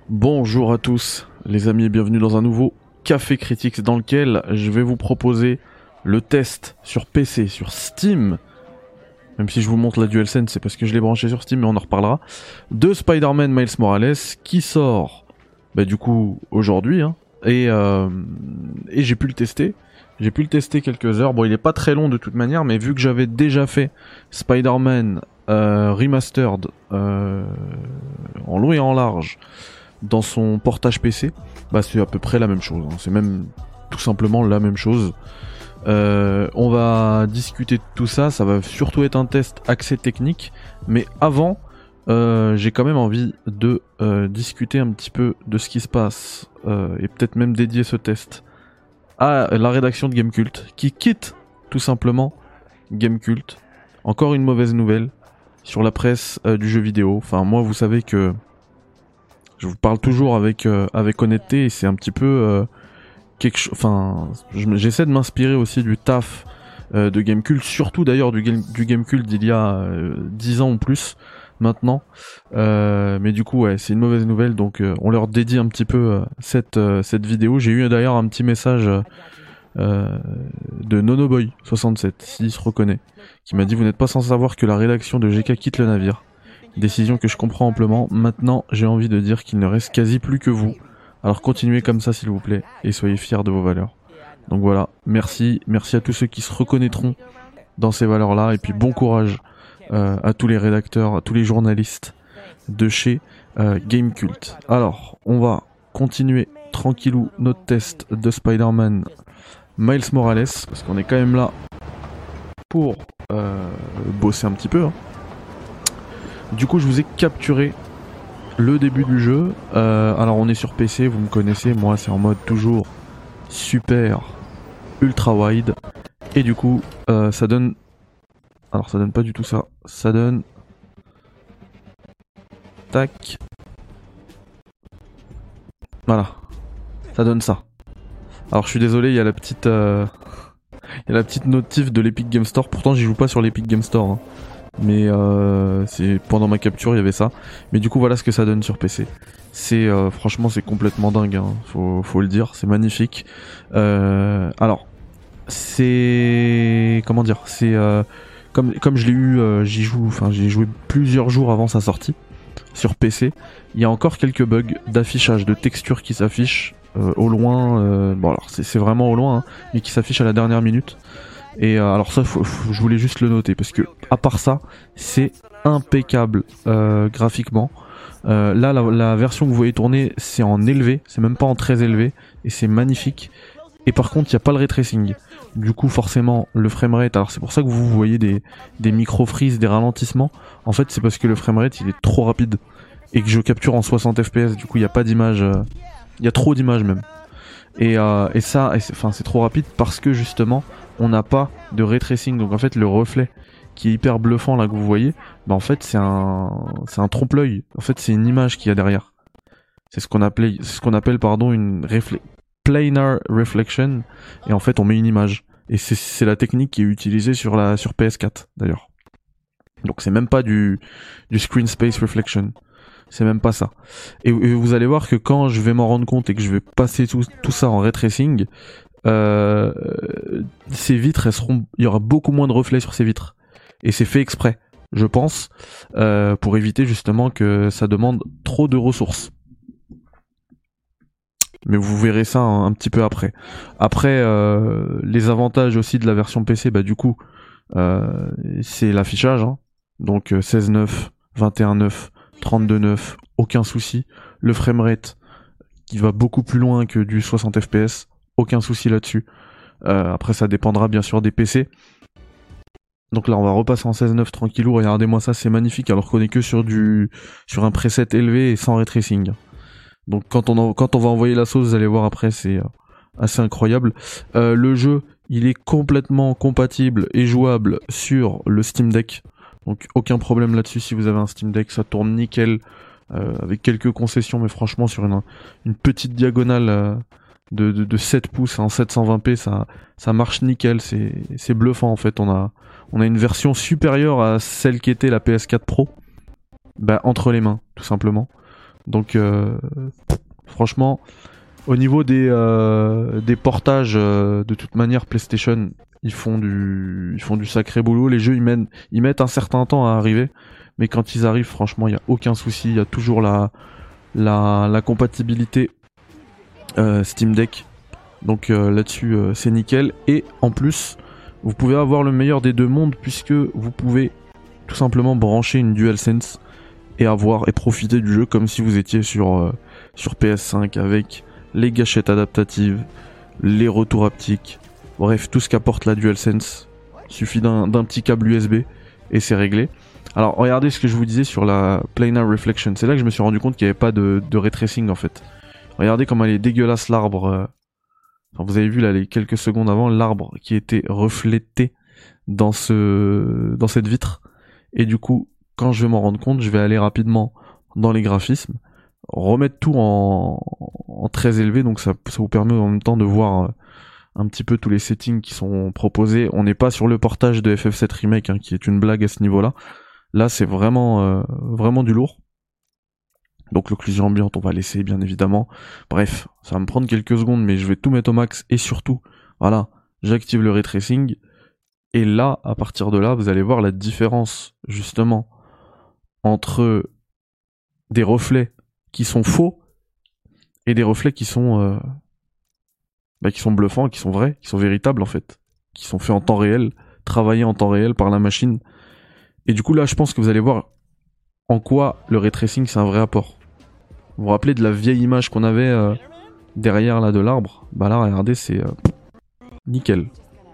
Bonjour à tous les amis et bienvenue dans un nouveau Café Critics dans lequel je vais vous proposer le test sur PC, sur Steam, même si je vous montre la DualSense c'est parce que je l'ai branché sur Steam mais on en reparlera, de Spider-Man Miles Morales qui sort du coup aujourd'hui et j'ai pu le tester. J'ai pu le tester quelques heures, bon il est pas très long de toute manière mais vu que j'avais déjà fait Spider-Man Remastered en long et en large dans son portage PC, c'est à peu près la même chose. C'est même tout simplement la même chose. On va discuter de tout ça. Ça va surtout être un test axé technique. Mais avant, j'ai quand même envie de discuter un petit peu de ce qui se passe et peut-être même dédier ce test à la rédaction de Gamecult qui quitte tout simplement Gamecult. Encore une mauvaise nouvelle sur la presse du jeu vidéo. Enfin, moi, vous savez que je vous parle toujours avec honnêteté et c'est un petit peu quelque chose. Enfin, j'essaie de m'inspirer aussi du taf de Gamecult, surtout d'ailleurs du Gamecult d'il y a 10 ans ou plus maintenant. Mais du coup, ouais, c'est une mauvaise nouvelle, donc on leur dédie un petit peu cette vidéo. J'ai eu d'ailleurs un petit message de Nonoboy67, s'il se reconnaît, qui m'a dit: vous n'êtes pas sans savoir que la rédaction de GK quitte le navire. Décision que je comprends amplement. Maintenant, j'ai envie de dire qu'il ne reste quasi plus que vous. Alors continuez comme ça s'il vous plaît, et soyez fiers de vos valeurs. Donc voilà, merci à tous ceux qui se reconnaîtront dans ces valeurs-là, et puis bon courage à tous les rédacteurs, à tous les journalistes de chez Gamecult. Alors, on va continuer tranquillou notre test de Spider-Man Miles Morales, parce qu'on est quand même là pour bosser un petit peu. Du coup, je vous ai capturé le début du jeu. Alors, on est sur PC, vous me connaissez. Moi, c'est en mode toujours super ultra wide. Et du coup, ça donne. Alors, ça donne pas du tout ça. Ça donne. Tac. Voilà. Ça donne ça. Alors, je suis désolé, il y a la petite. Il y a la petite notif de l'Epic Game Store. Pourtant, j'y joue pas sur l'Epic Game Store. Mais c'est pendant ma capture il y avait ça. Mais du coup voilà ce que ça donne sur PC. C'est franchement c'est complètement dingue. Faut le dire, c'est magnifique. Alors c'est comment dire, c'est comme je l'ai eu, j'ai joué plusieurs jours avant sa sortie sur PC. Il y a encore quelques bugs d'affichage, de texture qui s'affichent au loin. Bon alors c'est vraiment au loin, mais qui s'affichent à la dernière minute. Et alors ça, je voulais juste le noter parce que à part ça, c'est impeccable graphiquement. Là, la version que vous voyez tourner, c'est en élevé, c'est même pas en très élevé, et c'est magnifique. Et par contre, il y a pas le ray tracing. Du coup, forcément, le framerate. Alors c'est pour ça que vous voyez des micro freeze, des ralentissements. En fait, c'est parce que le framerate il est trop rapide et que je capture en 60 fps. Du coup, il y a pas d'image. Il y a trop d'images même. Et ça, c'est trop rapide parce que justement, on n'a pas de ray tracing. Donc en fait, le reflet qui est hyper bluffant là que vous voyez, en fait c'est un trompe-l'œil. En fait, c'est une image qu'il y a derrière. C'est ce qu'on appelle une planar reflection. Et en fait, on met une image. Et c'est la technique qui est utilisée sur PS4 d'ailleurs. Donc c'est même pas du screen space reflection. C'est même pas ça. Et vous allez voir que quand je vais m'en rendre compte et que je vais passer tout ça en ray tracing, ces vitres, il y aura beaucoup moins de reflets sur ces vitres. Et c'est fait exprès, je pense, pour éviter justement que ça demande trop de ressources. Mais vous verrez ça un petit peu après. Après, les avantages aussi de la version PC, du coup, c'est l'affichage. Donc 16.9, 21.9, 32.9, aucun souci. Le framerate qui va beaucoup plus loin que du 60 fps, aucun souci là-dessus. Après ça dépendra bien sûr des PC. Donc là on va repasser en 16.9 tranquillou, regardez-moi ça, c'est magnifique alors qu'on est que sur un preset élevé et sans ray tracing. Donc quand on va envoyer la sauce, vous allez voir après, c'est assez incroyable. Le jeu, il est complètement compatible et jouable sur le Steam Deck. Donc aucun problème là-dessus, si vous avez un Steam Deck, ça tourne nickel, avec quelques concessions, mais franchement sur une petite diagonale de 7 pouces en 720p, ça marche nickel, c'est bluffant en fait. On a une version supérieure à celle qui était la PS4 Pro, entre les mains, tout simplement. Donc franchement, au niveau des portages, de toute manière, PlayStation, ils font du sacré boulot. Les jeux, ils mettent un certain temps à arriver, mais quand ils arrivent, franchement, il y a aucun souci. Il y a toujours la compatibilité Steam Deck. Donc là-dessus, c'est nickel. Et en plus, vous pouvez avoir le meilleur des deux mondes, puisque vous pouvez tout simplement brancher une DualSense et profiter du jeu comme si vous étiez sur PS5 avec les gâchettes adaptatives, les retours haptiques, bref, tout ce qu'apporte la DualSense. Suffit d'un petit câble USB et c'est réglé. Alors regardez ce que je vous disais sur la Planar Reflection, c'est là que je me suis rendu compte qu'il n'y avait pas de ray tracing en fait. Regardez comment elle est dégueulasse l'arbre. Enfin, vous avez vu là les quelques secondes avant l'arbre qui était reflété dans cette vitre. Et du coup, quand je vais m'en rendre compte, je vais aller rapidement dans les graphismes, remettre tout en très élevé, donc ça vous permet en même temps de voir un petit peu tous les settings qui sont proposés. On n'est pas sur le portage de FF7 Remake, hein, qui est une blague à ce niveau-là. Là, c'est vraiment du lourd. Donc l'occlusion ambiante, on va laisser bien évidemment. Bref, ça va me prendre quelques secondes, mais je vais tout mettre au max et surtout, voilà, j'active le ray tracing. Et là, à partir de là, vous allez voir la différence, justement, entre des reflets qui sont faux et des reflets qui sont bluffants, qui sont vrais, qui sont véritables, en fait. Qui sont faits en temps réel, travaillés en temps réel par la machine. Et du coup, là, je pense que vous allez voir en quoi le ray tracing, c'est un vrai apport. Vous vous rappelez de la vieille image qu'on avait derrière, là, de l'arbre? Bah là, regardez, c'est nickel.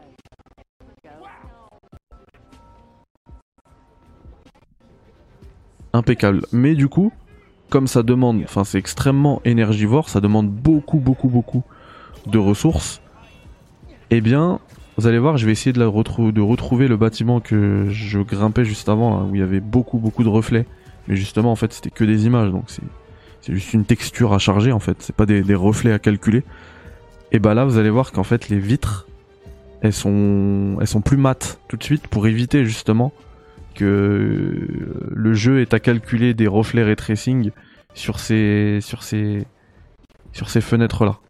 Impeccable. Mais du coup, comme ça demande, enfin c'est extrêmement énergivore, ça demande beaucoup de ressources, eh bien, vous allez voir, je vais essayer de retrouver le bâtiment que je grimpais juste avant, là, où il y avait beaucoup de reflets. Mais justement, en fait, c'était que des images, donc c'est juste une texture à charger, en fait. C'est pas des reflets à calculer. Et bah là, vous allez voir qu'en fait, les vitres, elles sont plus mates tout de suite pour éviter justement que le jeu est à calculer des reflets ray tracing sur ces fenêtres là.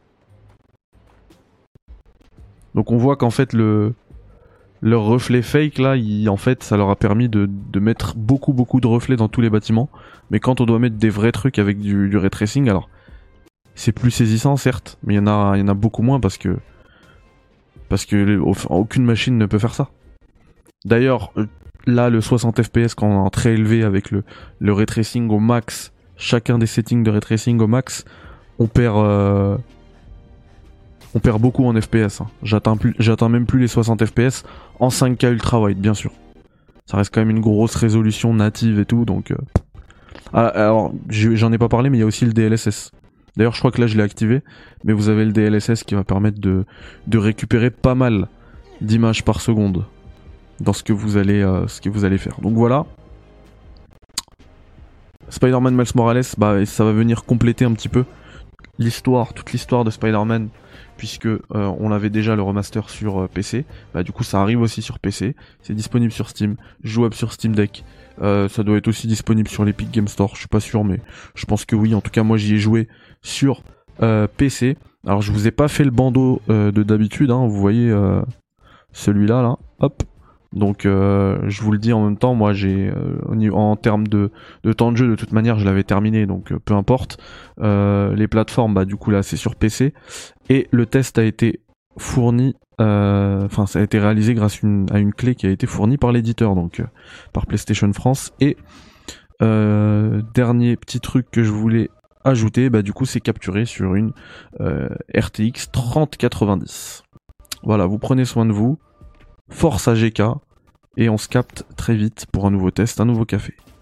Donc on voit qu'en fait leur reflet fake là, en fait ça leur a permis de mettre beaucoup de reflets dans tous les bâtiments, mais quand on doit mettre des vrais trucs avec du ray tracing, alors c'est plus saisissant certes, mais il y en a beaucoup moins parce que aucune machine ne peut faire ça. D'ailleurs, là, le 60 fps quand on est en très élevé avec le ray tracing au max, chacun des settings de ray tracing au max, on perd beaucoup en FPS. Hein. J'atteins même plus les 60 fps en 5K ultra wide, bien sûr. Ça reste quand même une grosse résolution native et tout, donc. Alors, j'en ai pas parlé, mais il y a aussi le DLSS. D'ailleurs, je crois que là, je l'ai activé, mais vous avez le DLSS qui va permettre de récupérer pas mal d'images par seconde dans ce que vous allez faire. Donc voilà. Spider-Man Miles Morales, bah ça va venir compléter un petit peu toute l'histoire de Spider-Man, puisque on avait déjà le remaster sur PC. Bah du coup ça arrive aussi sur PC. C'est disponible sur Steam, jouable sur Steam Deck. Ça doit être aussi disponible sur l'Epic Game Store, je suis pas sûr, mais je pense que oui. En tout cas, moi j'y ai joué sur PC. Alors je vous ai pas fait le bandeau de d'habitude, hein. Vous voyez celui-là, là, hop. Donc je vous le dis en même temps, moi j'ai en termes de temps de jeu, de toute manière je l'avais terminé, donc peu importe. Les plateformes, bah du coup là c'est sur PC, et le test a été fourni, ça a été réalisé grâce à une clé qui a été fournie par l'éditeur, donc par PlayStation France. Et dernier petit truc que je voulais ajouter, bah du coup c'est capturé sur une RTX 3090. Voilà, vous prenez soin de vous. Force à GK, et on se capte très vite pour un nouveau test, un nouveau café.